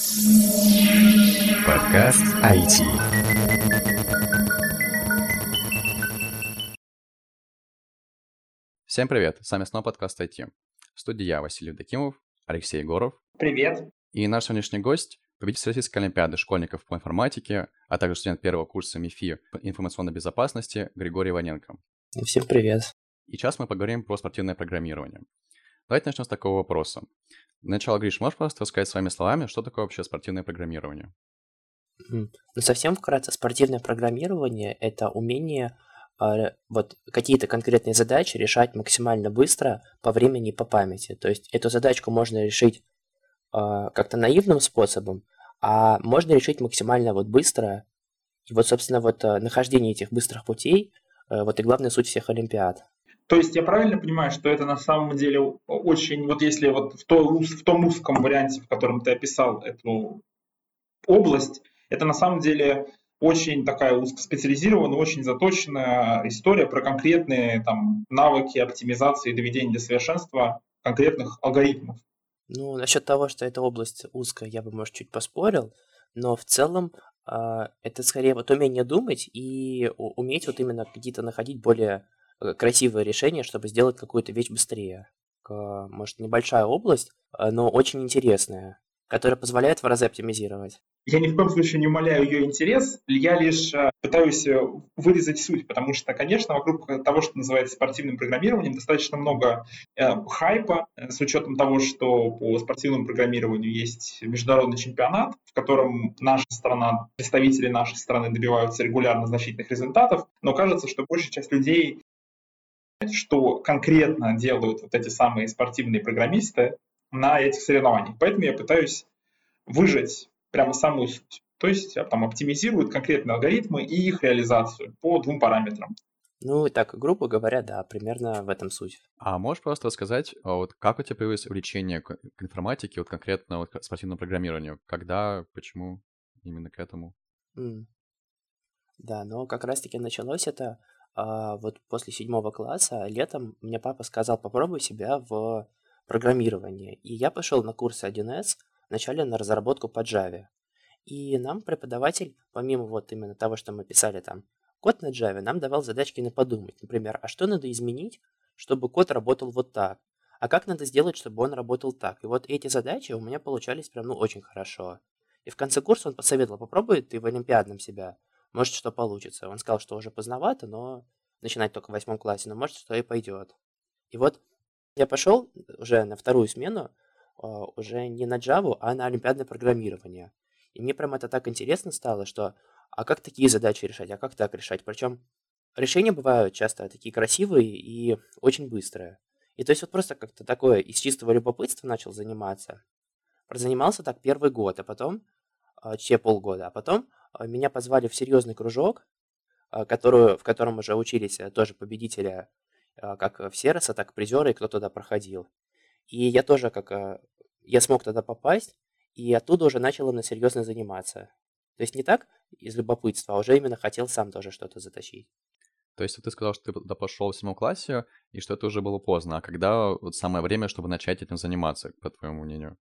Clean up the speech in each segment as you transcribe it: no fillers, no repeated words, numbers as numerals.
Подкаст IT. Всем привет, с вами снова подкаст IT. В студии я, Василий Евдокимов, Алексей Егоров. Привет. И наш сегодняшний гость – победитель Всероссийской олимпиады школьников по информатике, а также студент первого курса МИФИ по информационной безопасности Григорий Иваненко. Всем привет. И сейчас мы поговорим про спортивное программирование. Давайте начнем с такого вопроса. Для начала, Гриш, можешь просто рассказать своими словами, что такое вообще спортивное программирование? Ну, совсем вкратце, спортивное программирование – это умение вот какие-то конкретные задачи решать максимально быстро по времени и по памяти. То есть эту задачку можно решить как-то наивным способом, а можно решить максимально вот быстро. И вот, собственно, вот нахождение этих быстрых путей вот и главная суть всех олимпиад. То есть я правильно понимаю, что это на самом деле очень, вот если вот в том узком варианте, в котором ты описал эту область, это на самом деле очень такая узкоспециализированная, очень заточенная история про конкретные там навыки оптимизации и доведения до совершенства конкретных алгоритмов. Ну, насчет того, что эта область узкая, я бы, может, чуть поспорил, но в целом это скорее вот умение думать и уметь вот именно какие-то находить более красивые решения, чтобы сделать какую-то вещь быстрее. Может, небольшая область, но очень интересная, которая позволяет в разы оптимизировать. Я ни в коем случае не умаляю ее интерес, я лишь пытаюсь вырезать суть, потому что, конечно, вокруг того, что называется спортивным программированием, достаточно много хайпа, с учетом того, что по спортивному программированию есть международный чемпионат, в котором наша страна, представители нашей страны добиваются регулярно значительных результатов, но кажется, что большая часть людей, что конкретно делают вот эти самые спортивные программисты на этих соревнованиях. Поэтому я пытаюсь выжать прямо самую суть. То есть там оптимизируют конкретные алгоритмы и их реализацию по двум параметрам. Ну, так, грубо говоря, да, примерно в этом суть. А можешь просто рассказать, вот как у тебя появилось увлечение к информатике, вот конкретно вот к спортивному программированию? Когда, почему именно к этому? Да, но как раз-таки началось это вот после 7 класса. Летом мне папа сказал, попробуй себя в программировании. И я пошел на курсы 1С, вначале на разработку по Java. И нам преподаватель, помимо вот именно того, что мы писали там код на Java, нам давал задачки на подумать. Например, а что надо изменить, чтобы код работал вот так? А как надо сделать, чтобы он работал так? И вот эти задачи у меня получались прям, очень хорошо. И в конце курса он посоветовал, попробуй ты в олимпиадном себя, может, что получится. Он сказал, что уже поздновато, но начинать только в 8 классе, но может, что и пойдет. И вот я пошел уже на вторую смену, уже не на Java, а на олимпиадное программирование. И мне прям это так интересно стало, что а как такие задачи решать, а как так решать? Причем решения бывают часто такие красивые и очень быстрые. И то есть вот просто как-то такое из чистого любопытства начал заниматься. Прозанимался так первый год, а потом, полгода, а потом меня позвали в серьезный кружок, в котором уже учились тоже победители, как в Сероса, так и призеры, и кто туда проходил. И я тоже я смог туда попасть, и оттуда уже начал именно серьезно заниматься. То есть не так из любопытства, а уже именно хотел сам тоже что-то затащить. То есть ты сказал, что ты туда пошел в 7 классе, и что это уже было поздно. А когда вот самое время, чтобы начать этим заниматься, по твоему мнению?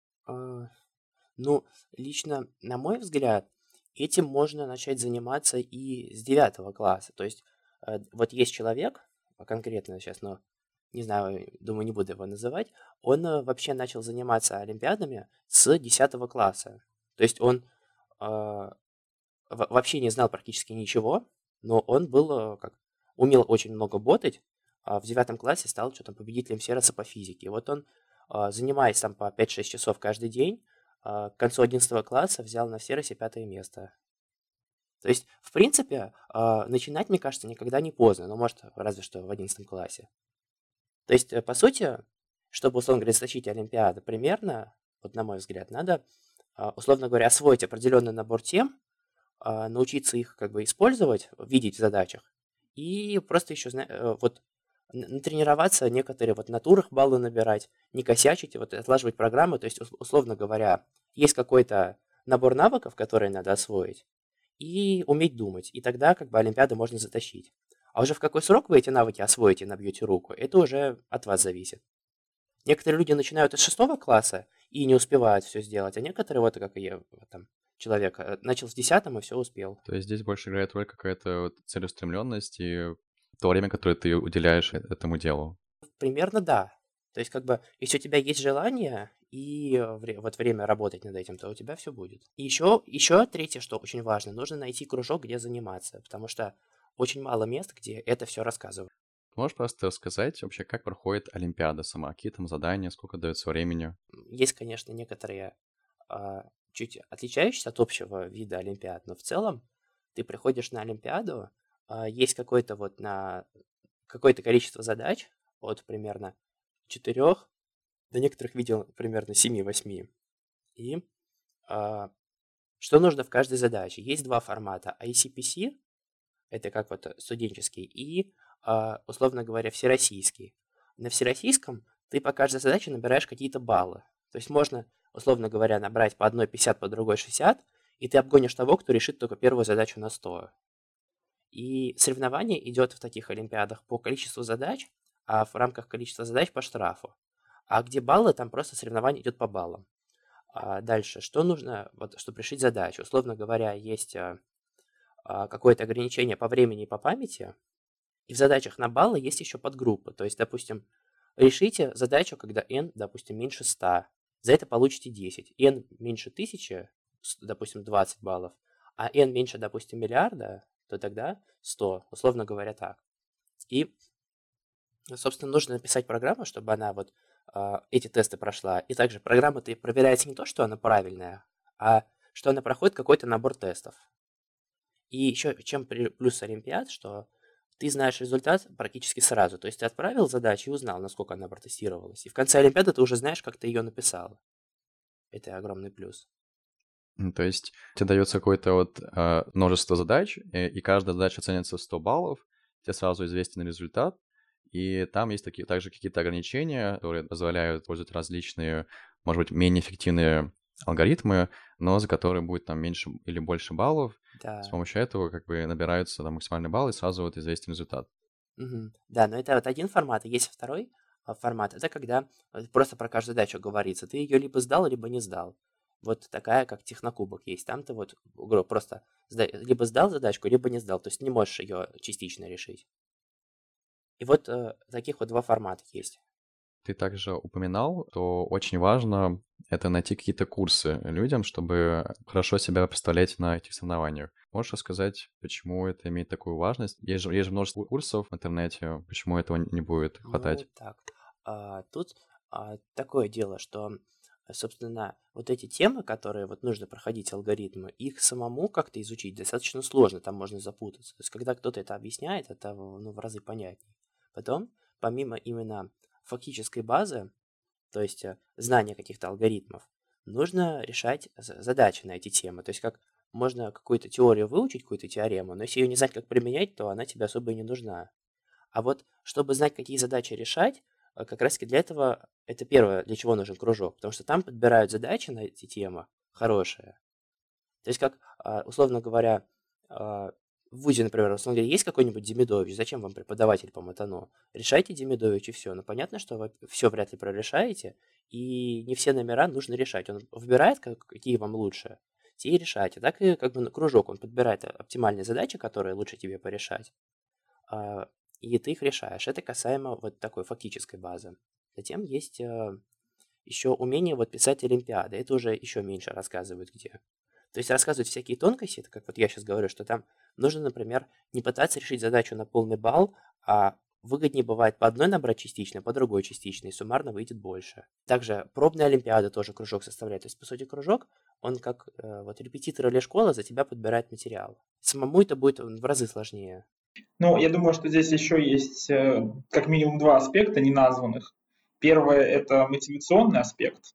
Ну, лично, на мой взгляд, этим можно начать заниматься и с 9 класса. То есть вот есть человек, конкретно сейчас, но не знаю, думаю, не буду его называть, он вообще начал заниматься олимпиадами с 10 класса. То есть он вообще не знал практически ничего, но он был, умел очень много ботать, а в 9 классе стал что-то победителем Сероса по физике. И вот он, занимаясь там по 5-6 часов каждый день, к концу 11 класса взял на Серосе 5 место. То есть, в принципе, начинать, мне кажется, никогда не поздно, но может, разве что в 11 классе. То есть, по сути, чтобы, условно говоря, затащить олимпиаду примерно, вот на мой взгляд, надо, условно говоря, освоить определенный набор тем, научиться их использовать, видеть в задачах, и просто еще вот натренироваться, некоторые вот на турах баллы набирать, не косячить, вот отлаживать программы. То есть, условно говоря, есть какой-то набор навыков, которые надо освоить, и уметь думать. И тогда олимпиаду можно затащить. А уже в какой срок вы эти навыки освоите и набьете руку, это уже от вас зависит. Некоторые люди начинают из 6 класса и не успевают все сделать, а некоторые, вот как и я, вот там, человек, начал с 10 и все успел. То есть здесь больше играет роль какая-то вот целеустремленность и то время, которое ты уделяешь этому делу. Примерно да. То есть, как бы, если у тебя есть желание и вот время работать над этим, то у тебя все будет. И еще третье, что очень важно, нужно найти кружок, где заниматься, потому что очень мало мест, где это все рассказывают. Можешь просто рассказать вообще, как проходит Олимпиада сама? Какие там задания, сколько дается времени? Есть, конечно, некоторые чуть отличающиеся от общего вида Олимпиад, но в целом ты приходишь на Олимпиаду, есть какое-то количество задач от примерно 4 до некоторых видел примерно 7-8. И что нужно в каждой задаче? Есть два формата. ICPC, это как вот студенческий, и, условно говоря, всероссийский. На всероссийском ты по каждой задаче набираешь какие-то баллы. То есть можно, условно говоря, набрать по одной 50, по другой 60, и ты обгонишь того, кто решит только первую задачу на 100. И соревнование идет в таких олимпиадах по количеству задач, а в рамках количества задач по штрафу. А где баллы, там просто соревнование идет по баллам. Дальше, что нужно, вот, чтобы решить задачу? Условно говоря, есть какое-то ограничение по времени и по памяти, и в задачах на баллы есть еще подгруппы. То есть, допустим, решите задачу, когда n, допустим, меньше 100. За это получите 10. n меньше 1000, допустим, 20 баллов, а n меньше, допустим, миллиарда, то тогда 100, условно говоря, так. И, собственно, нужно написать программу, чтобы она вот эти тесты прошла. И также программа-то проверяется не то, что она правильная, а что она проходит какой-то набор тестов. И еще чем плюс Олимпиад, что ты знаешь результат практически сразу. То есть ты отправил задачу и узнал, насколько она протестировалась. И в конце Олимпиады ты уже знаешь, как ты ее написал. Это огромный плюс. То есть тебе дается какое-то вот множество задач, и каждая задача ценится в 100 баллов, тебе сразу известен результат, и там есть также какие-то ограничения, которые позволяют использовать различные, может быть, менее эффективные алгоритмы, но за которые будет там меньше или больше баллов. Да. С помощью этого как бы набираются там максимальный балл, и сразу вот известен результат. Да, но это вот один формат, и есть второй формат. Это когда просто про каждую задачу говорится. Ты ее либо сдал, либо не сдал. Вот такая, как технокубок есть. Там ты вот просто либо сдал задачку, либо не сдал. То есть не можешь ее частично решить. И вот таких вот два формата есть. Ты также упоминал, что очень важно это найти какие-то курсы людям, чтобы хорошо себя представлять на этих соревнованиях. Можешь рассказать, почему это имеет такую важность? Есть же множество курсов в интернете, почему этого не будет хватать? Ну, так. Тут такое дело, что, собственно, вот эти темы, которые вот нужно проходить алгоритмы, их самому как-то изучить достаточно сложно, там можно запутаться. То есть, когда кто-то это объясняет, это в разы понятнее. Потом, помимо именно фактической базы, то есть знания каких-то алгоритмов, нужно решать задачи на эти темы. То есть как можно какую-то теорию выучить, какую-то теорему, но если ее не знать, как применять, то она тебе особо и не нужна. А вот чтобы знать, какие задачи решать, как раз-таки для этого это первое, для чего нужен кружок, потому что там подбирают задачи на эти темы хорошие. То есть как, условно говоря, в ВУЗе, например, условно говоря, есть какой-нибудь Демидович, зачем вам преподаватель по матану? Решайте Демидович и все. Но понятно, что вы все вряд ли прорешаете, и не все номера нужно решать. Он выбирает, какие вам лучше, те и решайте. Так и как бы кружок, он подбирает оптимальные задачи, которые лучше тебе порешать, и ты их решаешь. Это касаемо вот такой фактической базы. Затем есть еще умение вот писать олимпиады. Это уже еще меньше рассказывают где. То есть рассказывают всякие тонкости, это как вот я сейчас говорю, что там нужно, например, не пытаться решить задачу на полный балл, а выгоднее бывает по одной набрать частично, по другой частично, и суммарно выйдет больше. Также пробные олимпиады тоже кружок составляет. То есть, по сути, кружок, он как вот репетитор или школа за тебя подбирает материал. Самому это будет в разы сложнее. Ну, я думаю, что здесь еще есть как минимум два аспекта неназванных. Первое – это мотивационный аспект,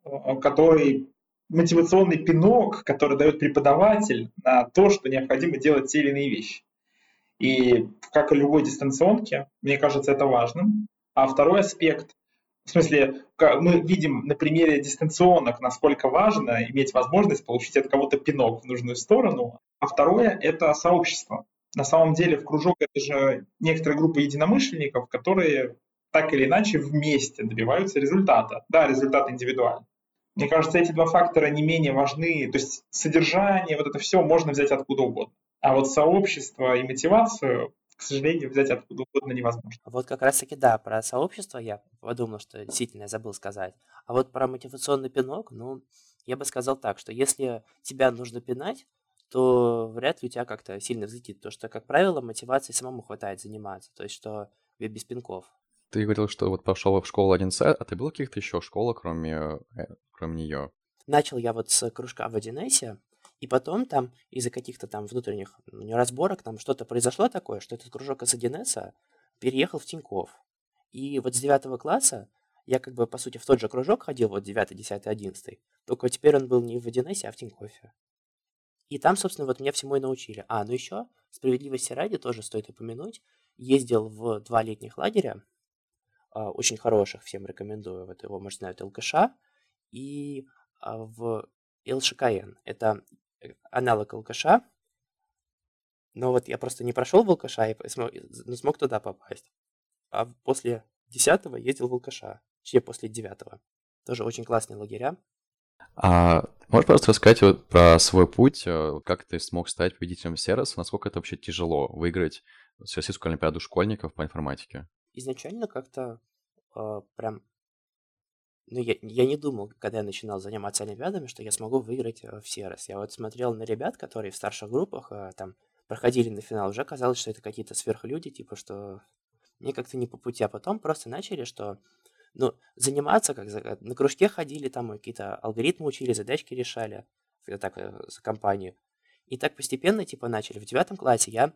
мотивационный пинок, который дает преподаватель на то, что необходимо делать те или иные вещи. И как и любой дистанционке, мне кажется, это важным. А второй аспект, в смысле, мы видим на примере дистанционок, насколько важно иметь возможность получить от кого-то пинок в нужную сторону. А второе – это сообщество. На самом деле в кружок это же некоторая группа единомышленников, которые так или иначе вместе добиваются результата. Да, результат индивидуальный. Мне кажется, эти два фактора не менее важны. То есть содержание, вот это все можно взять откуда угодно. А вот сообщество и мотивацию, к сожалению, взять откуда угодно невозможно. Вот как раз-таки, да, про сообщество я подумал, что действительно я забыл сказать. А вот про мотивационный пинок, ну, я бы сказал так, что если тебя нужно пинать, то вряд ли у тебя как-то сильно взлетит. Потому что, как правило, мотивации самому хватает заниматься. То есть, что без пинков. Ты говорил, что вот пошел в школу 1С, а ты был в каких-то еще школах, кроме нее? Начал я вот с кружка в 1С, и потом там из-за каких-то там внутренних разборок там что-то произошло такое, что этот кружок из 1С переехал в Тинькофф. И вот с 9 класса я как бы, по сути, в тот же кружок ходил, вот 9, 10, 11, только теперь он был не в 1С, а в Тинькоффе. И там, собственно, вот меня всему и научили. Ну еще, справедливости ради, тоже стоит упомянуть, ездил в 2 летних лагеря, очень хороших, всем рекомендую. Вот его, может, знают, ЛКШ и в ЛШКН. Это аналог ЛКШ, но вот я просто не прошел в ЛКШ и смог туда попасть. А после 10-го ездил в ЛКШ, точнее после 9-го. Тоже очень классные лагеря. Можешь просто рассказать вот про свой путь, как ты смог стать победителем Сероса, насколько это вообще тяжело выиграть Всероссийскую олимпиаду школьников по информатике? Изначально как-то прям... Ну, я не думал, когда я начинал заниматься олимпиадами, что я смогу выиграть в Серос. Я вот смотрел на ребят, которые в старших группах там проходили на финал, уже казалось, что это какие-то сверхлюди, типа, что мне как-то не по пути. А потом просто начали, что, ну, заниматься, как на кружке ходили, там какие-то алгоритмы учили, задачки решали, так, за компанию. И так постепенно, типа, начали. В 9 классе я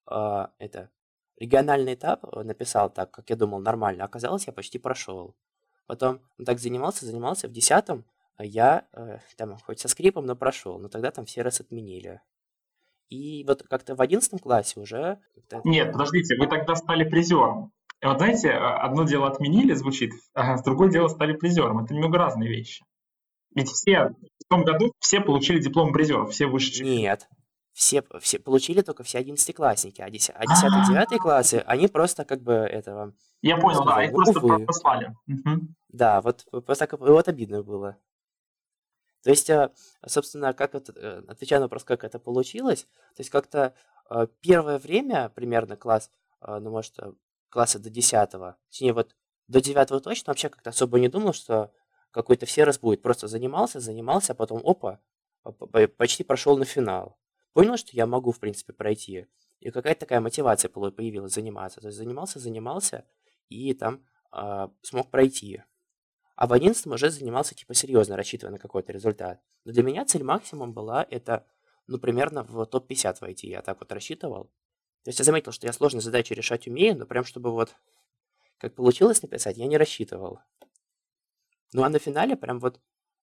региональный этап написал так, как я думал, нормально. Оказалось, я почти прошел. Потом так занимался, в 10-м я там хоть со скрипом, но прошел. Но тогда там все раз отменили. И вот как-то в 11 классе уже... Нет, подождите, вы тогда стали призером. И вот знаете, одно дело отменили, звучит, а другое дело стали призером. Это немного разные вещи. Ведь все в том году все получили диплом призеров, все вышедшие. Нет, все получили только все 11-классники, а 10-9 классы, они просто как бы этого... Я понял, да, их просто послали. Да, вот просто вот обидно было. То есть, собственно, как это, отвечая на вопрос, как это получилось, то есть как-то первое время, примерно класс, ну, может, класса до 10-го, точнее, вот до 9-го точно вообще как-то особо не думал, что какой-то всерос будет. Просто занимался, а потом, опа, почти прошел на финал. Понял, что я могу, в принципе, пройти. И какая-то такая мотивация появилась заниматься. То есть занимался, и там смог пройти. А в 11-м уже занимался, типа, серьезно, рассчитывая на какой-то результат. Но для меня цель максимум была это, ну, примерно в топ-50 войти. Я так вот рассчитывал. То есть я заметил, что я сложные задачи решать умею, но прям чтобы вот как получилось написать, я не рассчитывал. Ну, а на финале прям вот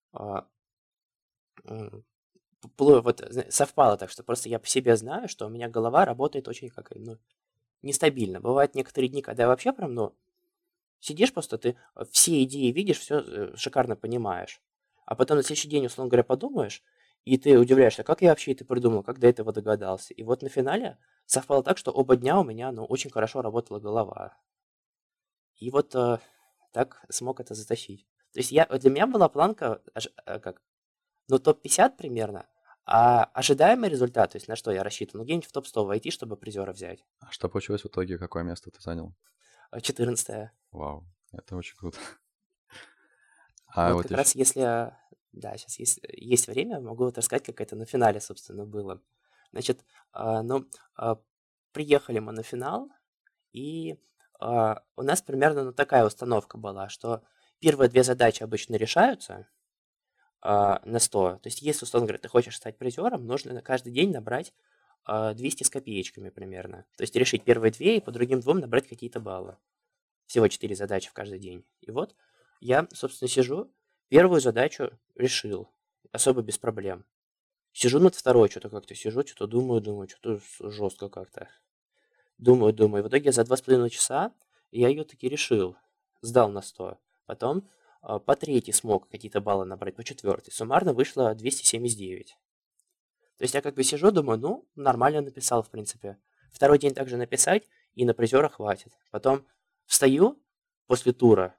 совпало так, что просто я по себе знаю, что у меня голова работает очень как, ну, нестабильно. Бывают некоторые дни, когда я вообще прям, ну, сидишь просто, ты все идеи видишь, все шикарно понимаешь. А потом на следующий день, условно говоря, подумаешь, и ты удивляешься, как я вообще это придумал, как до этого догадался. И вот на финале совпало так, что оба дня у меня, ну, очень хорошо работала голова. И вот так смог это затащить. То есть для меня была планка, ну, топ-50 примерно, а ожидаемый результат, то есть на что я рассчитывал, ну, где-нибудь в топ-100 войти, чтобы призера взять. А что получилось в итоге? Какое место ты занял? 14-е. Вау, это очень круто. Вот как раз если... Да, сейчас есть время, могу вот рассказать, как это на финале, собственно, было. Значит, приехали мы на финал, и у нас примерно такая установка была, что первые 2 задачи обычно решаются на 100. То есть, если, условно говоря, ты хочешь стать призером, нужно на каждый день набрать 200 с копеечками примерно. То есть, решить первые 2 и по другим 2 набрать какие-то баллы. Всего 4 задачи в каждый день. И вот я, собственно, сижу, первую задачу решил, особо без проблем. Сижу над второй, что-то как-то сижу, что-то думаю, что-то жестко как-то. Думаю. И в итоге за 2,5 часа я ее таки решил. Сдал на 100. Потом по 3 смог какие-то баллы набрать, по 4. Суммарно вышло 279. То есть я как бы сижу, думаю, ну, нормально написал, в принципе. Второй день также написать, и на призера хватит. Потом встаю после тура,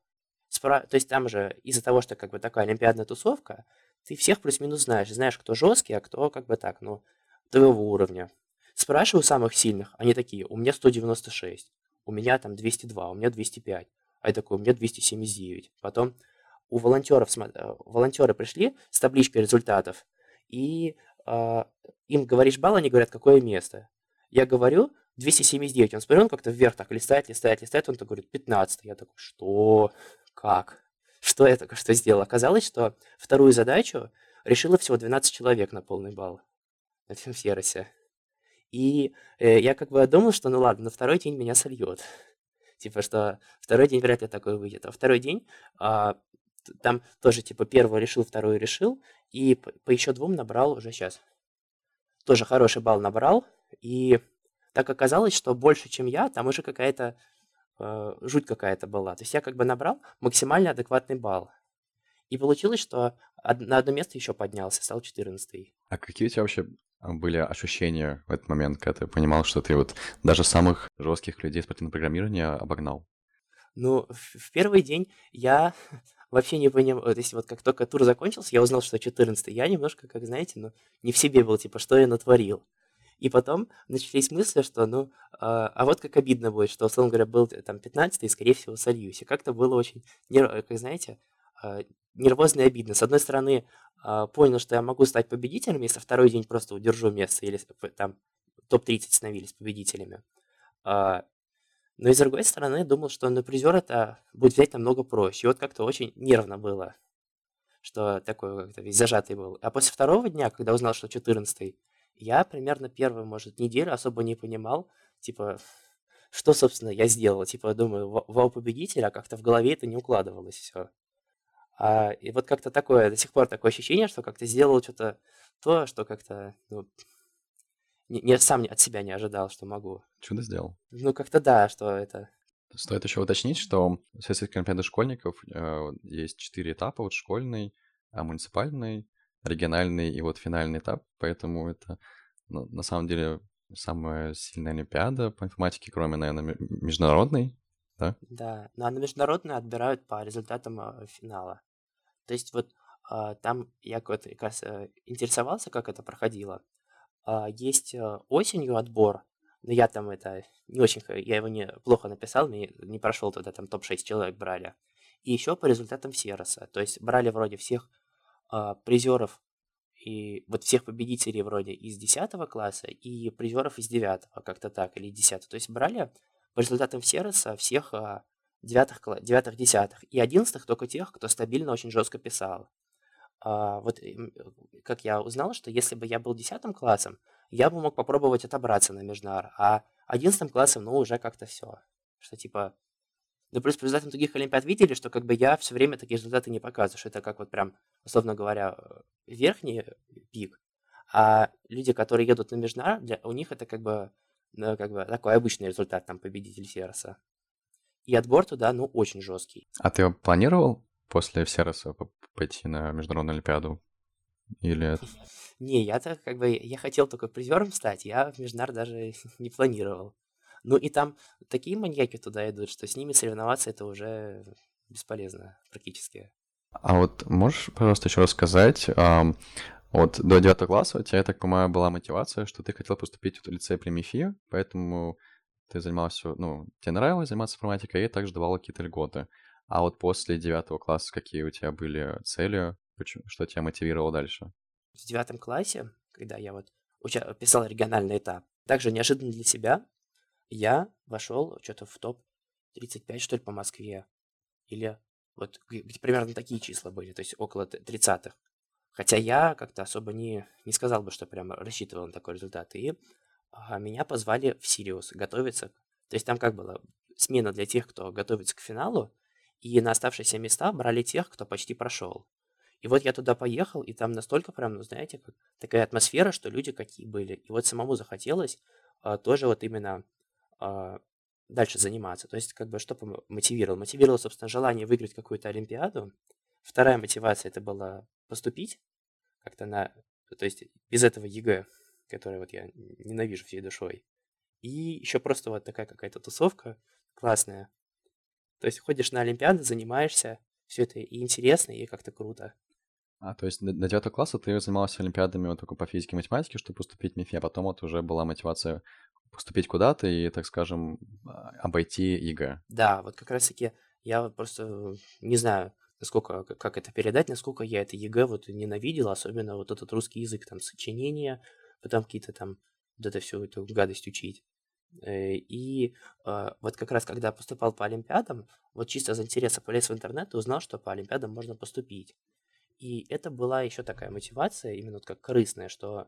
То есть там же из-за того, что как бы такая олимпиадная тусовка, ты всех плюс-минус знаешь, кто жесткий, а кто как бы так, ну, твоего уровня. Спрашиваю самых сильных, они такие, у меня 196, у меня там 202, у меня 205, а я такой, у меня 279. Потом у волонтеры пришли с табличкой результатов, и им говоришь балл, они говорят, какое место. Я говорю 279, он смотрит, он как-то вверх так листает, он так говорит 15. Я такой, что? Как? Что я только что сделал? Оказалось, что вторую задачу решило всего 12 человек на полный балл на этом сервисе. И я как бы думал, что ну ладно, на второй день меня сольет. Типа, что второй день вряд ли такой выйдет. А второй день там тоже, типа, первый решил, второй решил, и по еще двум набрал уже сейчас. Тоже хороший балл набрал, и так оказалось, что больше, чем я, там уже какая-то жуть какая-то была. То есть я как бы набрал максимально адекватный балл. И получилось, что на одно место еще поднялся, стал 14-й. А какие у тебя вообще были ощущения в этот момент, когда ты понимал, что ты вот даже самых жестких людей спортивного программирования обогнал? Ну, в первый день я вообще не понимал, то есть вот как только тур закончился, я узнал, что 14-й, я немножко, как знаете, ну, не в себе был, типа, что я натворил. И потом начались мысли, что, ну, а вот как обидно будет, что, условно говоря, был там 15-й, и, скорее всего, сольюсь. И как-то было очень, как знаете, нервозно и обидно. С одной стороны, понял, что я могу стать победителем, если второй день просто удержу место, или там топ-30 становились победителями. Но и с другой стороны, думал, что на призер это будет взять намного проще. И вот как-то очень нервно было, что такой как-то весь зажатый был. А после второго дня, когда узнал, что 14-й, я примерно первую, может, неделю особо не понимал, типа, что, собственно, я сделал. Типа, думаю, вау, победитель, а как-то в голове это не укладывалось все. И вот как-то такое, до сих пор такое ощущение, что как-то сделал что-то то, что как-то, ну, сам от себя не ожидал, что могу. Чудо сделал. Ну, как-то да, что это... Стоит еще уточнить, что в Всероссийской олимпиаде школьников есть 4 этапа. Вот школьный, муниципальный, региональный и вот финальный этап. Поэтому это на самом деле самая сильная олимпиада по информатике, кроме, наверное, международной, да? Да, ну, а на международные отбирают по результатам финала. То есть вот там я как раз интересовался, как это проходило. Есть осенью отбор, но я там это не очень, я его плохо написал, не прошел туда, там топ-6 человек брали. И еще по результатам Сероса. То есть брали вроде всех призеров и вот всех победителей вроде из 10 класса и призеров из 9, как-то так, или 10. То есть брали по результатам Сероса всех 9, 10 и 11 только тех, кто стабильно очень жестко писал. Вот как я узнал, что если бы я был 10 классом, я бы мог попробовать отобраться на Межнар, а 11 классом, ну, уже как-то все. Что типа... Ну, плюс по результатам других олимпиад видели, что как бы я все время такие результаты не показываю, что это как вот прям, условно говоря, верхний пик, а люди, которые едут на Межнар, у них это ну, как бы такой обычный результат, там, победитель Сероса. И отбор туда, ну, очень жесткий. А ты планировал после Всероса пойти на международную олимпиаду? Или... Не, я-то как бы, я хотел только призером стать, я в Межнар даже не планировал. Ну и там такие маньяки туда идут, что с ними соревноваться это уже бесполезно практически. А вот можешь, пожалуйста, еще рассказать, вот до 9 класса у тебя, я так понимаю, была мотивация, что ты хотел поступить в лицей при МИФИ, поэтому ты занимался, ну, тебе нравилось заниматься информатикой и также давала какие-то льготы. А вот после 9 класса какие у тебя были цели, что тебя мотивировало дальше? В 9 классе, когда я вот писал региональный этап, также неожиданно для себя я вошел что-то в топ-35, что ли, по Москве. Или вот где примерно такие числа были, то есть около 30-х. Хотя я как-то особо не сказал бы, что прям рассчитывал на такой результат. И меня позвали в Сириус готовиться. То есть там как было? Смена для тех, кто готовится к финалу, и на оставшиеся места брали тех, кто почти прошел. И вот я туда поехал, и там настолько прям, ну, знаете, как такая атмосфера, что люди какие были. И вот самому захотелось тоже вот именно дальше заниматься. То есть, как бы, что мотивировало? Мотивировало, собственно, желание выиграть какую-то олимпиаду. Вторая мотивация это была поступить как-то то есть без этого ЕГЭ, которое вот я ненавижу всей душой. И еще просто вот такая какая-то тусовка классная. То есть ходишь на олимпиады, занимаешься, все это и интересно, и как-то круто. То есть до 9 класса ты занимался олимпиадами вот только по физике и математике, чтобы поступить в МИФИ, а потом вот уже была мотивация поступить куда-то и, так скажем, обойти ЕГЭ. Да, вот как раз-таки я вот просто не знаю, насколько, как это передать, насколько я это ЕГЭ вот ненавидел, особенно вот этот русский язык, там, сочинения, потом какие-то там, вот это всю эту гадость учить. И вот как раз когда поступал по олимпиадам, вот чисто из интереса полез в интернет и узнал, что по олимпиадам можно поступить. И это была еще такая мотивация, именно вот как корыстная, что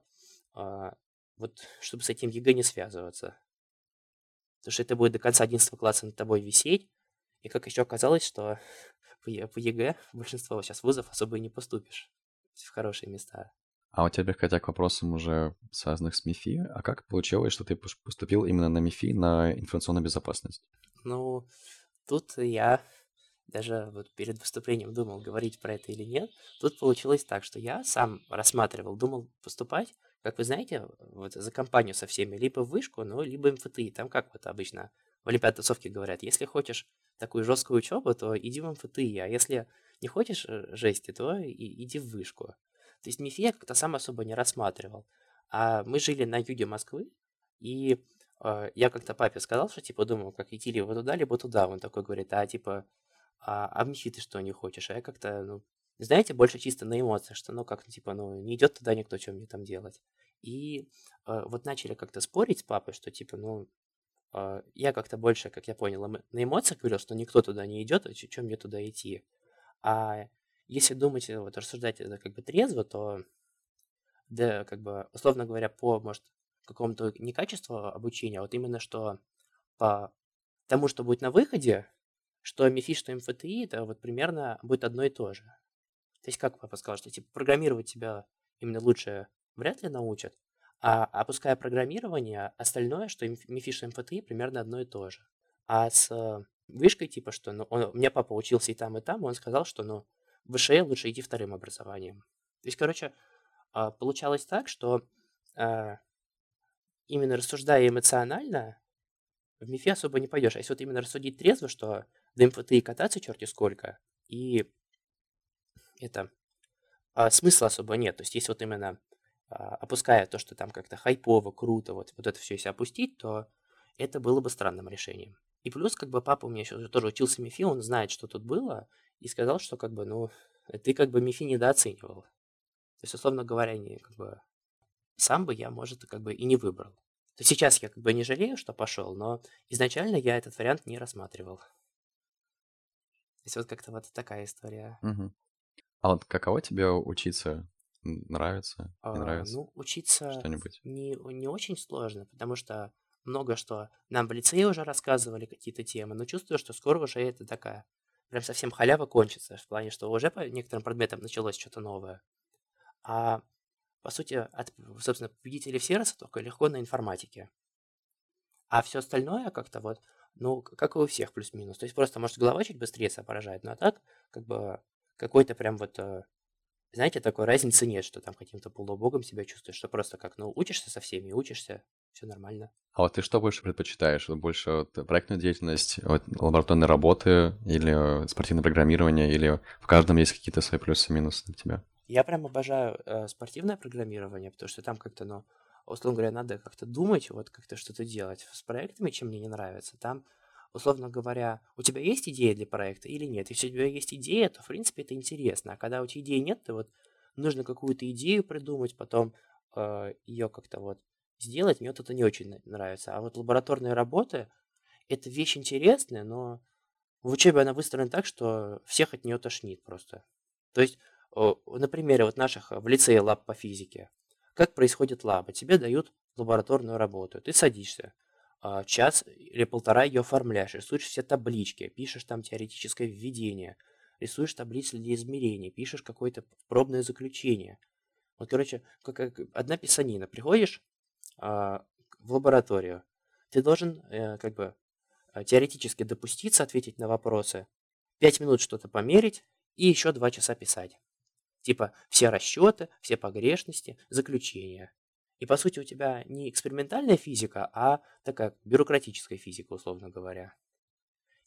вот чтобы с этим ЕГЭ не связываться. Потому что это будет до конца 11 класса над тобой висеть. И как еще оказалось, что по ЕГЭ большинство сейчас вузов особо и не поступишь в хорошие места. А вот теперь, хотя к вопросам уже связанных с МИФИ, а как получилось, что ты поступил именно на МИФИ, на информационную безопасность? Ну, тут я даже вот перед выступлением думал, говорить про это или нет. Тут получилось так, что я сам рассматривал, думал поступать, как вы знаете, вот за компанию со всеми, либо в вышку, ну, либо МФТИ. Там как вот обычно в олимпиадной тусовке говорят, если хочешь такую жесткую учебу, то иди в МФТИ, а если не хочешь жести, то иди в вышку. То есть МИФИ я как-то сам особо не рассматривал. А мы жили на юге Москвы, и я как-то папе сказал, что типа думал, как идти либо туда. Он такой говорит, типа, в МИФИ ты что не хочешь? А я как-то, ну, знаете, больше чисто на эмоциях, что, ну, как, типа, ну, не идет туда никто, что мне там делать. И вот начали как-то спорить с папой, что, типа, ну, я как-то больше, как я понял, на эмоциях говорил, что никто туда не идет, а что мне туда идти. А если думать, вот рассуждать это как бы трезво, то, да, как бы, условно говоря, по, может, какому-то не качеству обучения, а вот именно что по тому, что будет на выходе, что МИФИ, что МФТИ, это вот примерно будет одно и то же. То есть, как папа сказал, что типа программировать тебя именно лучше вряд ли научат, а опуская программирование, остальное, что МИФИ, что МФТИ, примерно одно и то же. А с вышкой, типа, что ну, у меня папа учился и там, он сказал, что ну, в ВШЭ лучше идти вторым образованием. То есть, короче, получалось так, что именно рассуждая эмоционально, в МИФИ особо не пойдешь. А если вот именно рассудить трезво, что до МФТИ кататься черти сколько, и это смысла особо нет. То есть если вот именно опуская то, что там как-то хайпово, круто, вот это все если опустить, то это было бы странным решением. И плюс, как бы папа у меня еще тоже учился МИФИ, он знает, что тут было, и сказал, что как бы, ну, ты как бы МИФИ недооценивал. То есть, условно говоря, не, как бы, сам бы я, может, как бы и не выбрал. То есть сейчас я как бы не жалею, что пошел, но изначально я этот вариант не рассматривал. То есть вот как-то вот такая история. Мгм. А вот каково тебе учиться? Нравится? Не нравится? Ну, учиться Что-нибудь? не очень сложно, потому что много что нам в лицее уже рассказывали какие-то темы, но чувствую, что скоро уже это такая прям совсем халява кончится, в плане, что уже по некоторым предметам началось что-то новое. А по сути, собственно, победители Всероса только легко на информатике. А все остальное как-то вот, ну, как и у всех плюс-минус. То есть просто, может, голова чуть быстрее соображает, но а так, как бы, какой-то прям вот, знаете, такой разницы нет, что там каким-то полубогом себя чувствуешь, что просто как, ну, учишься со всеми, учишься, все нормально. А вот ты что больше предпочитаешь? Вот больше вот проектную деятельность, вот лабораторные работы или спортивное программирование, или в каждом есть какие-то свои плюсы и минусы для тебя? Я прям обожаю спортивное программирование, потому что там как-то, ну, условно говоря, надо как-то думать, вот как-то что-то делать. С проектами, чем мне не нравится, там, условно говоря, у тебя есть идея для проекта или нет? Если у тебя есть идея, то, в принципе, это интересно. А когда у тебя идеи нет, то вот нужно какую-то идею придумать, потом ее как-то вот сделать. Мне вот это не очень нравится. А вот лабораторные работы– это вещь интересная, но в учебе она выстроена так, что всех от нее тошнит просто. То есть, на примере вот наших в лицее лаб по физике. Как происходит лаба? Тебе дают лабораторную работу, ты садишься, час или полтора ее оформляешь, рисуешь все таблички, пишешь там теоретическое введение, рисуешь таблицы для измерений, пишешь какое-то пробное заключение. Вот, короче, как одна писанина. Приходишь в лабораторию, ты должен как бы теоретически допуститься, ответить на вопросы, 5 минут что-то померить и еще 2 часа писать. Типа все расчеты, все погрешности, заключения. И по сути у тебя не экспериментальная физика, а такая бюрократическая физика, условно говоря.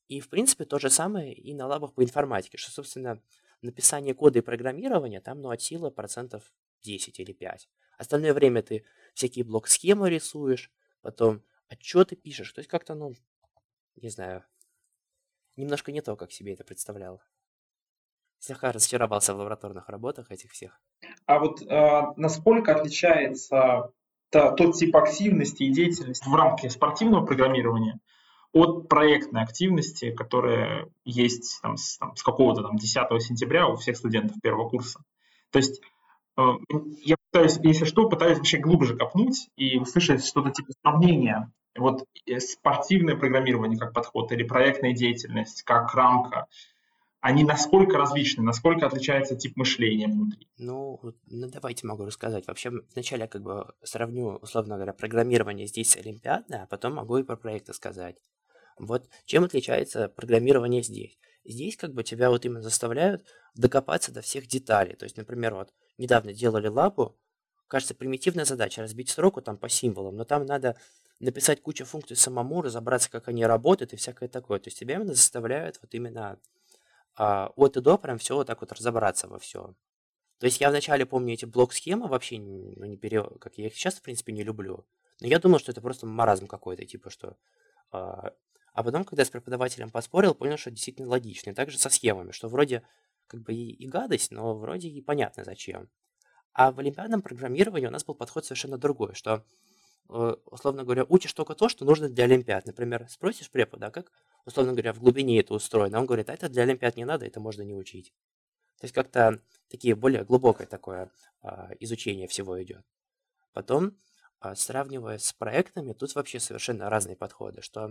И, в принципе, то же самое и на лабах по информатике, что, собственно, написание кода и программирование там, от силы процентов 10 или 5. Остальное время ты всякие блок-схемы рисуешь, потом отчеты пишешь. То есть как-то, не знаю, немножко не то, как себе это представлял. Слегка разочаровался в лабораторных работах этих всех. А вот насколько отличается тот тип активности и деятельности в рамках спортивного программирования от проектной активности, которая есть с какого-то 10 сентября у всех студентов первого курса? То есть я пытаюсь, если что, вообще глубже копнуть и услышать что-то типа сравнения. Вот спортивное программирование как подход или проектная деятельность как рамка, они насколько различны, насколько отличается тип мышления внутри? Давайте могу рассказать. Вообще, вначале я как бы сравню, условно говоря, программирование здесь с олимпиадой, а потом могу и про проекты сказать. Вот чем отличается программирование здесь? Здесь как бы тебя вот именно заставляют докопаться до всех деталей. То есть, например, вот недавно делали лабу, кажется, примитивная задача разбить строку там по символам, но там надо написать кучу функций самому, разобраться, как они работают и всякое такое. То есть тебя именно заставляют вот именно от и до прям все вот так вот разобраться во всем. То есть я вначале помню эти блок-схемы вообще, как я их сейчас, в принципе, не люблю. Но я думал, что это просто маразм какой-то, типа что... А потом, когда я с преподавателем поспорил, понял, что это действительно логично. И также со схемами, что вроде как бы и гадость, но вроде и понятно зачем. А в олимпиадном программировании у нас был подход совершенно другой, что, условно говоря, учишь только то, что нужно для олимпиад. Например, спросишь препода, как, условно говоря, в глубине это устроено, он говорит, а это для олимпиад не надо, это можно не учить. То есть как-то такие более глубокое такое изучение всего идет. Потом, сравнивая с проектами, тут вообще совершенно разные подходы, что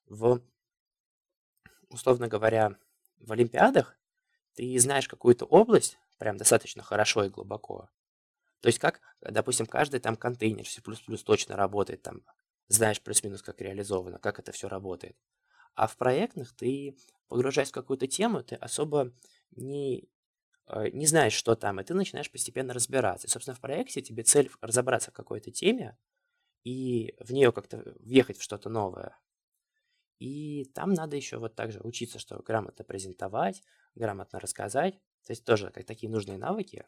условно говоря, в олимпиадах ты знаешь какую-то область прям достаточно хорошо и глубоко. То есть как, допустим, каждый там контейнер C++ точно работает, там знаешь плюс-минус, как реализовано, как это все работает. А в проектных ты, погружаясь в какую-то тему, ты особо не знаешь, что там, и ты начинаешь постепенно разбираться. И, собственно, в проекте тебе цель разобраться в какой-то теме и в нее как-то въехать в что-то новое. И там надо еще вот также учиться, что грамотно презентовать, грамотно рассказать. То есть тоже как такие нужные навыки.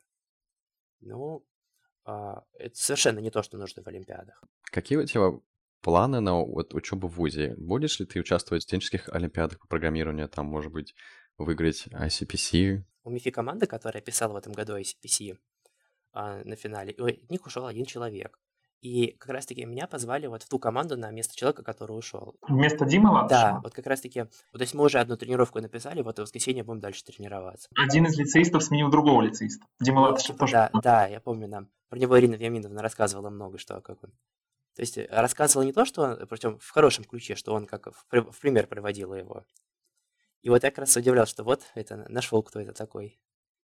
Это совершенно не то, что нужно в олимпиадах. Какие у тебя планы на учебу в ВУЗе? Будешь ли ты участвовать в студенческих олимпиадах по программированию? Там, может быть, выиграть ICPC? У МИФИ команды, которая писала в этом году ICPC на финале, от них ушел один человек. И как раз-таки меня позвали вот в ту команду на место человека, который ушел. Вместо Димы Латышева? Да, вот как раз-таки, то есть мы уже одну тренировку написали, вот в воскресенье будем дальше тренироваться. Один из лицеистов сменил другого лицеиста. Дима Латышев тоже. Да, я помню, нам про него Ирина Вениаминовна рассказывала много, что как он. То есть рассказывала не то, что он, причем в хорошем ключе, что он как в пример приводила его. И вот я как раз удивлялся, что вот это нашел, кто это такой.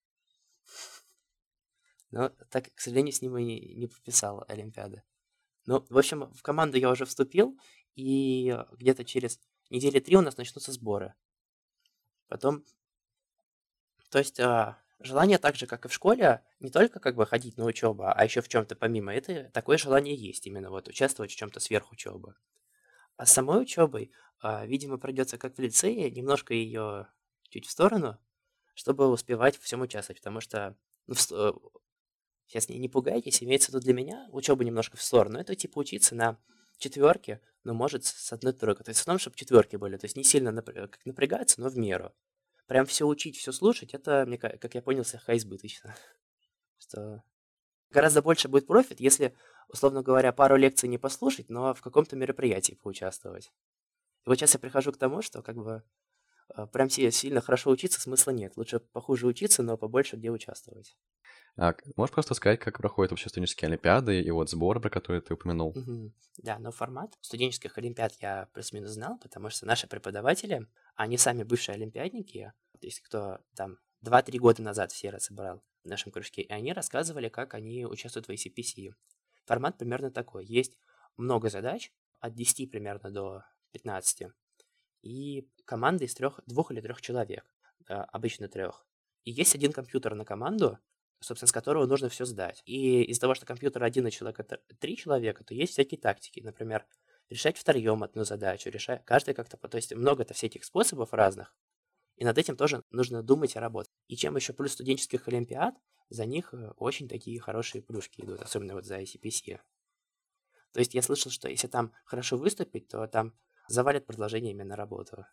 Но так, к сожалению, с ним и не подписал Олимпиады. Ну, в общем, в команду я уже вступил, и где-то через недели 3 у нас начнутся сборы. Потом, то есть желание так же, как и в школе, не только как бы ходить на учебу, а еще в чем-то помимо этого, такое желание есть именно вот участвовать в чем-то сверх учебы. А с самой учебой, видимо, придется как в лицее, немножко ее чуть в сторону, чтобы успевать в всем участвовать, потому что, сейчас не пугайтесь, имеется в виду для меня учеба немножко в сторону, это типа учиться на четверке, но может с одной тройкой. То есть в том, чтобы четверки были, то есть не сильно как напрягаться, но в меру. Прям все учить, все слушать, это, мне, как я понял, слегка избыточно. Что гораздо больше будет профит, если, условно говоря, пару лекций не послушать, но в каком-то мероприятии поучаствовать. И вот сейчас я прихожу к тому, что как бы прям сильно хорошо учиться смысла нет. Лучше похуже учиться, но побольше где участвовать. Можешь просто сказать, как проходят вообще студенческие олимпиады и вот сборы, про которые ты упомянул? Да, но формат студенческих олимпиад я плюс-минус знал, потому что наши преподаватели, они сами бывшие олимпиадники, то есть кто там 2-3 года назад все собрал в нашем кружке, и они рассказывали, как они участвуют в ICPC. Формат примерно такой. Есть много задач, от 10 примерно до 15, и команда из 2 или 3 человек, обычно 3. И есть один компьютер на команду, собственно, с которого нужно все сдать. И из-за того, что компьютер один, и человека 3 человека, то есть всякие тактики. Например, решать втроем одну задачу, каждый как-то, то есть много-то всяких способов разных, и над этим тоже нужно думать и работать. И чем еще плюс студенческих олимпиад, за них очень такие хорошие плюшки идут, особенно вот за ICPC. То есть я слышал, что если там хорошо выступить, то там завалят предложениями на работу.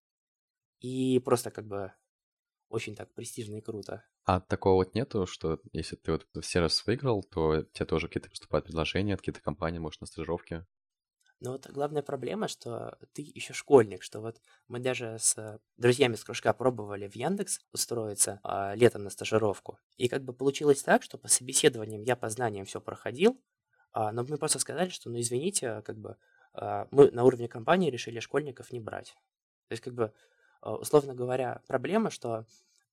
И просто как бы очень так престижно и круто. А такого вот нету, что если ты вот все раз выиграл, то тебе тоже какие-то поступают предложения от каких-то компаний, может, на стажировке? Но вот главная проблема, что ты еще школьник, что вот мы даже с друзьями с кружка пробовали в Яндекс устроиться летом на стажировку. И как бы получилось так, что по собеседованиям я по знаниям все проходил, но мне просто сказали, что, ну извините, как бы мы на уровне компании решили школьников не брать. То есть как бы, условно говоря, проблема, что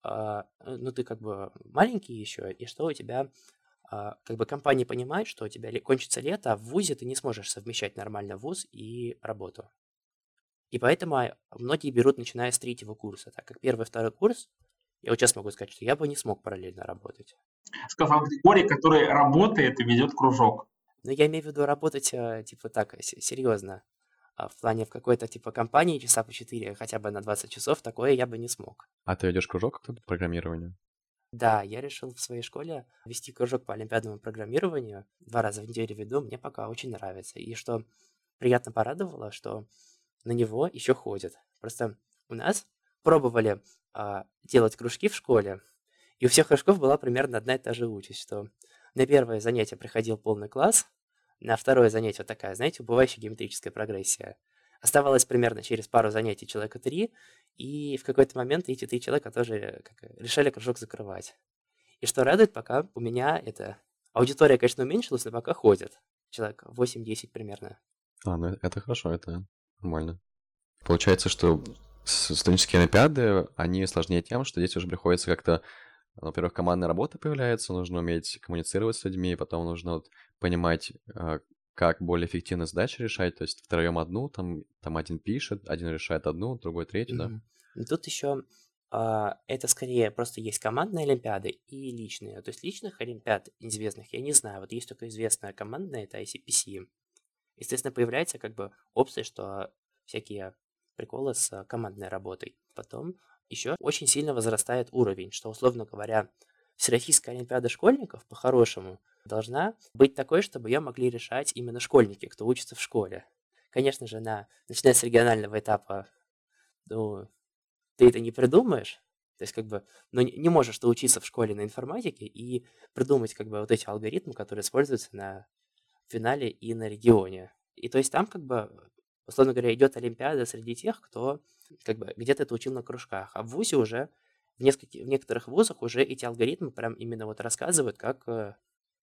ну ты как бы маленький еще, и что у тебя как бы компания понимает, что у тебя кончится лето, а в вузе ты не сможешь совмещать нормально вуз и работу. И поэтому многие берут, начиная с 3-го курса, так как 1-й, 2-й курс, я вот сейчас могу сказать, что я бы не смог параллельно работать. Сказал Григорий, который работает и ведет кружок. Но я имею в виду работать, типа так, серьезно. В плане в какой-то типа компании часа по 4, хотя бы на 20 часов, такое я бы не смог. А ты ведешь кружок по программированию? Да, я решил в своей школе вести кружок по олимпиадному программированию. 2 раза в неделю веду, мне пока очень нравится. И что приятно порадовало, что на него еще ходят. Просто у нас пробовали делать кружки в школе, и у всех кружков была примерно одна и та же участь, что на первое занятие приходил полный класс, на второе занятие вот такая, знаете, убывающая геометрическая прогрессия. Оставалось примерно через пару занятий человека 3, и в какой-то момент эти 3 человека тоже решали кружок закрывать. И что радует, пока у меня аудитория, конечно, уменьшилась, но пока ходит. Человек 8-10 примерно. Ну это хорошо, это нормально. Получается, что студенческие олимпиады, они сложнее тем, что здесь уже приходится как-то, во-первых, командная работа появляется, нужно уметь коммуницировать с людьми, потом нужно вот понимать, как более эффективно задачи решать, то есть втроем одну, там один пишет, один решает одну, другой третью, да? Тут еще это скорее просто есть командные олимпиады и личные. То есть личных олимпиад известных я не знаю. Вот есть только известная командная, это ICPC. Естественно, появляется как бы опция, что всякие приколы с командной работой. Потом еще очень сильно возрастает уровень, что, условно говоря, Всероссийская олимпиада школьников, по-хорошему, должна быть такой, чтобы ее могли решать именно школьники, кто учится в школе. Конечно же, начиная с регионального этапа, ну, ты это не придумаешь, то есть как бы, ну, не можешь ты учиться в школе на информатике и придумать как бы вот эти алгоритмы, которые используются на финале и на регионе. И то есть там как бы, условно говоря, идет олимпиада среди тех, кто как бы где-то это учил на кружках, а в вузе уже, в некоторых вузах уже эти алгоритмы прям именно вот рассказывают, как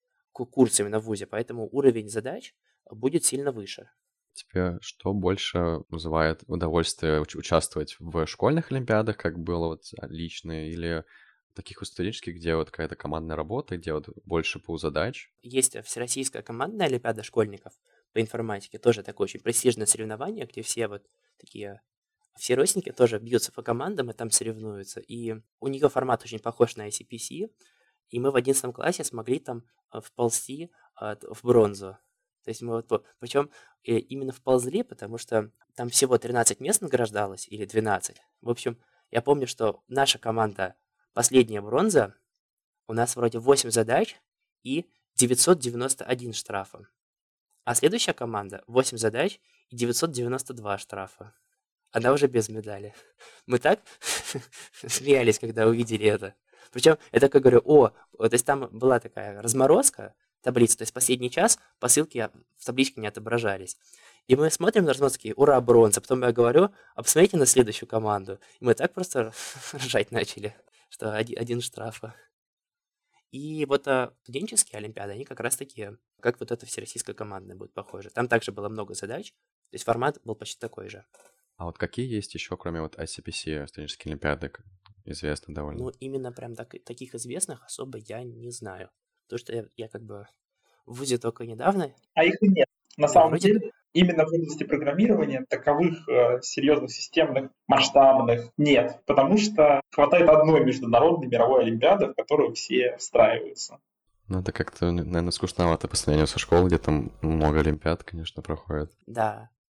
курс именно в вузе, поэтому уровень задач будет сильно выше. Тебе что больше вызывает удовольствие участвовать в школьных олимпиадах, как было вот личные, или таких студенческих, где вот какая-то командная работа, где вот больше задач? Есть Всероссийская командная олимпиада школьников по информатике, тоже такое очень престижное соревнование, где все вот такие, все родственники тоже бьются по командам и там соревнуются. И у нее формат очень похож на ICPC, и мы в 11 классе смогли там вползти в бронзу. То есть мы вот, причем именно вползли, потому что там всего 13 мест награждалось, или 12. В общем, я помню, что наша команда последняя бронза, у нас вроде 8 задач и 991 штрафа. А следующая команда 8 задач и 992 штрафа. Она уже без медали. Мы так смеялись, когда увидели это. Причем я так говорю, то есть там была такая разморозка, таблица, то есть последний час по ссылке в табличке не отображались. И мы смотрим на разморозки, ура, бронза. Потом я говорю, а посмотрите на следующую команду. И мы так просто ржать начали, что один штрафа. И вот студенческие олимпиады, они как раз такие, как вот эта всероссийская командная будет похожа. Там также было много задач, то есть формат был почти такой же. А вот какие есть еще, кроме вот ICPC, студенческие олимпиады, известны довольно? Ну, именно прям таких известных особо я не знаю. Потому что я как бы в вузе только недавно. А их и нет. На самом деле, именно в области программирования таковых серьезных, системных, масштабных нет. Потому что хватает одной международной мировой олимпиады, в которую все встраиваются. Ну, это как-то, наверное, скучновато по сравнению со школой, где там много олимпиад, конечно, проходит. Да.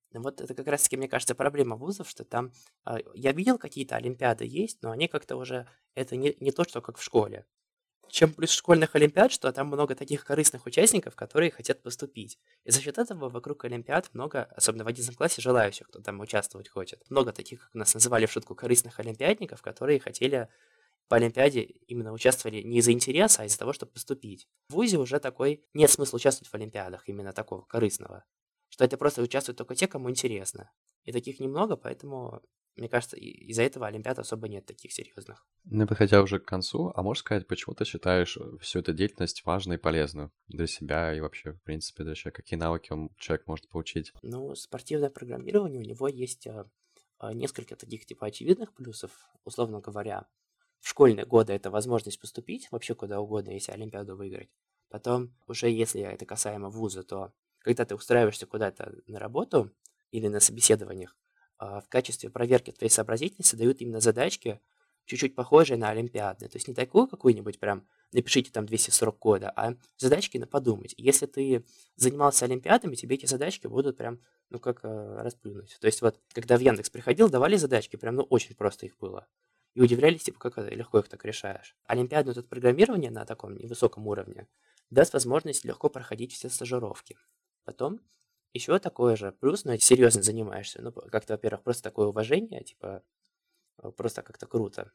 Ну вот это как раз-таки, мне кажется, проблема вузов, что там я видел, какие-то олимпиады есть, но они как-то уже, это не то, что как в школе. Чем плюс школьных олимпиад, что там много таких корыстных участников, которые хотят поступить. И за счет этого вокруг олимпиад много, особенно в 11 классе, желающих, кто там участвовать хочет. Много таких, как нас называли в шутку, корыстных олимпиадников, которые хотели по олимпиаде именно участвовали не из-за интереса, а из-за того, чтобы поступить. В вузе уже такой нет смысла участвовать в олимпиадах, именно такого корыстного. Что это просто участвуют только те, кому интересно. И таких немного, поэтому, мне кажется, из-за этого олимпиад особо нет таких серьезных. Ну, подходя уже к концу, а можешь сказать, почему ты считаешь всю эту деятельность важной и полезной для себя и вообще, в принципе, для человека? Какие навыки человек может получить? Ну, спортивное программирование, у него есть несколько таких типа очевидных плюсов, условно говоря. В школьные годы это возможность поступить вообще куда угодно, если олимпиаду выиграть. Потом, уже если это касаемо вуза, то когда ты устраиваешься куда-то на работу или на собеседованиях, в качестве проверки твоей сообразительности дают именно задачки, чуть-чуть похожие на олимпиадные. То есть не такую какую-нибудь прям напишите там 240 кода, а задачки на подумать. Если ты занимался олимпиадами, тебе эти задачки будут прям, ну как расплюнуть. То есть вот, когда в Яндекс приходил, давали задачки, прям, ну очень просто их было. И удивлялись, типа, как легко их так решаешь. Олимпиадное тут программирование на таком невысоком уровне даст возможность легко проходить все стажировки. Потом еще такое же, плюс, но серьезно занимаешься. Ну, как-то, во-первых, просто такое уважение, типа, просто как-то круто.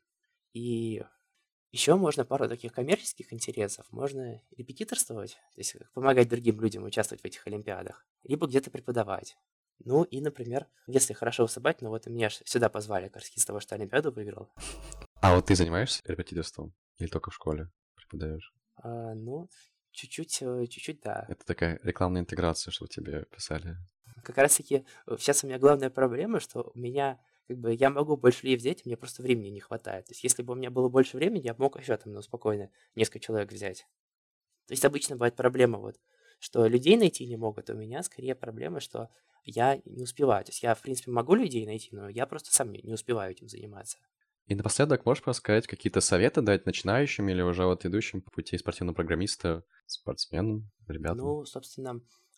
И еще можно пару таких коммерческих интересов. Можно репетиторствовать, то есть помогать другим людям участвовать в этих олимпиадах, либо где-то преподавать. Ну и, например, если хорошо высыпать, ну вот меня сюда позвали как раз из того, что олимпиаду выиграл. А вот ты занимаешься репетиторством или только в школе преподаешь? Ну, чуть-чуть, да. Это такая рекламная интеграция, что тебе писали. Как раз-таки сейчас у меня главная проблема, что у меня, как бы, я могу больше людей взять, мне просто времени не хватает. То есть если бы у меня было больше времени, я бы мог еще там, ну, спокойно несколько человек взять. То есть обычно бывает проблема вот, что людей найти не могут, а у меня скорее проблема, что я не успеваю. То есть я, в принципе, могу людей найти, но я просто сам не успеваю этим заниматься. И напоследок можешь рассказать какие-то советы дать начинающим или уже вот идущим по пути спортивного программиста, спортсменам, ребятам? Ну, собственно,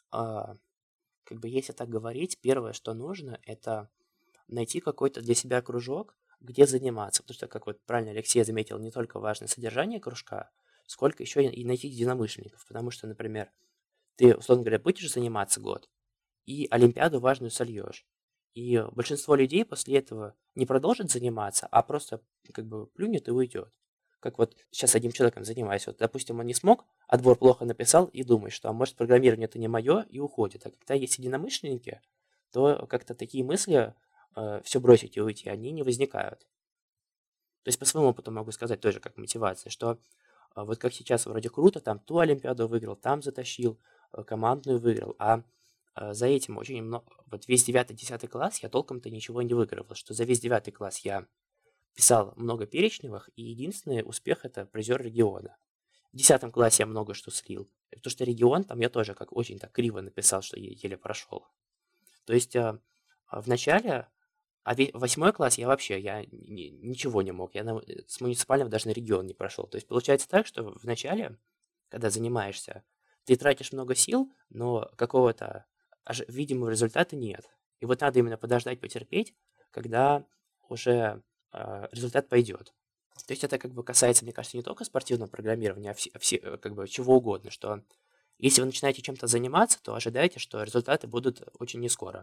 как бы если так говорить, первое, что нужно, это найти какой-то для себя кружок, где заниматься. Потому что, как вот правильно Алексей заметил, не только важно содержание кружка, сколько еще и найти единомышленников. Потому что, например, ты, условно говоря, будешь заниматься год, и олимпиаду важную сольешь. И большинство людей после этого не продолжит заниматься, а просто как бы плюнет и уйдет. Как вот сейчас одним человеком занимаюсь. Вот, допустим, он не смог, отбор плохо написал и думает, что, а может, программирование это не мое, и уходит. А когда есть единомышленники, то как-то такие мысли все бросить и уйти, они не возникают. То есть по своему опыту могу сказать тоже как мотивация, что вот как сейчас вроде круто, там ту олимпиаду выиграл, там затащил, командную выиграл, а за этим очень много, вот весь 9-10 класс я толком-то ничего не выигрывал, что за весь 9 класс я писал много перечневых, и единственный успех это призер региона. В 10 классе я много что слил, потому что регион там я тоже как очень так криво написал, что еле прошел. То есть в начале, а 8 класс я вообще ничего не мог, я с муниципального даже на регион не прошел. То есть получается так, что в начале, когда занимаешься, ты тратишь много сил, но какого-то видимого результата нет. И вот надо именно подождать, потерпеть, когда уже результат пойдет. То есть это как бы касается, мне кажется, не только спортивного программирования, а как бы чего угодно, что если вы начинаете чем-то заниматься, то ожидайте, что результаты будут очень нескоро.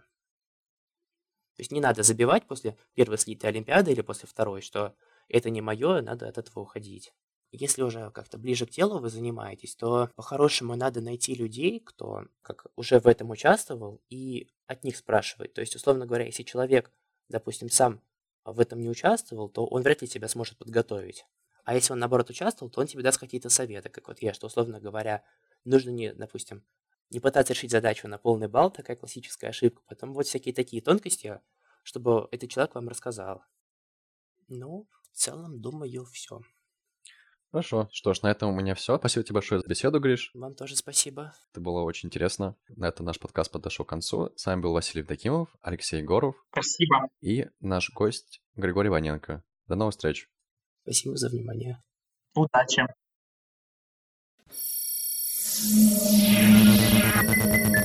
То есть не надо забивать после первой слитой олимпиады или после второй, что это не мое, надо от этого уходить. Если уже как-то ближе к телу вы занимаетесь, то по-хорошему надо найти людей, кто как уже в этом участвовал, и от них спрашивать. То есть, условно говоря, если человек, допустим, сам в этом не участвовал, то он вряд ли тебя сможет подготовить. А если он, наоборот, участвовал, то он тебе даст какие-то советы, как вот я, что, условно говоря, нужно допустим, не пытаться решить задачу на полный балл, такая классическая ошибка, потом вот всякие такие тонкости, чтобы этот человек вам рассказал. Ну, в целом, думаю, все. Хорошо. Что ж, на этом у меня все. Спасибо тебе большое за беседу, Гриш. Вам тоже спасибо. Это было очень интересно. На этом наш подкаст подошел к концу. С вами был Василий Евдокимов, Алексей Егоров. Спасибо. И наш гость Григорий Ваненко. До новых встреч. Спасибо за внимание. Удачи.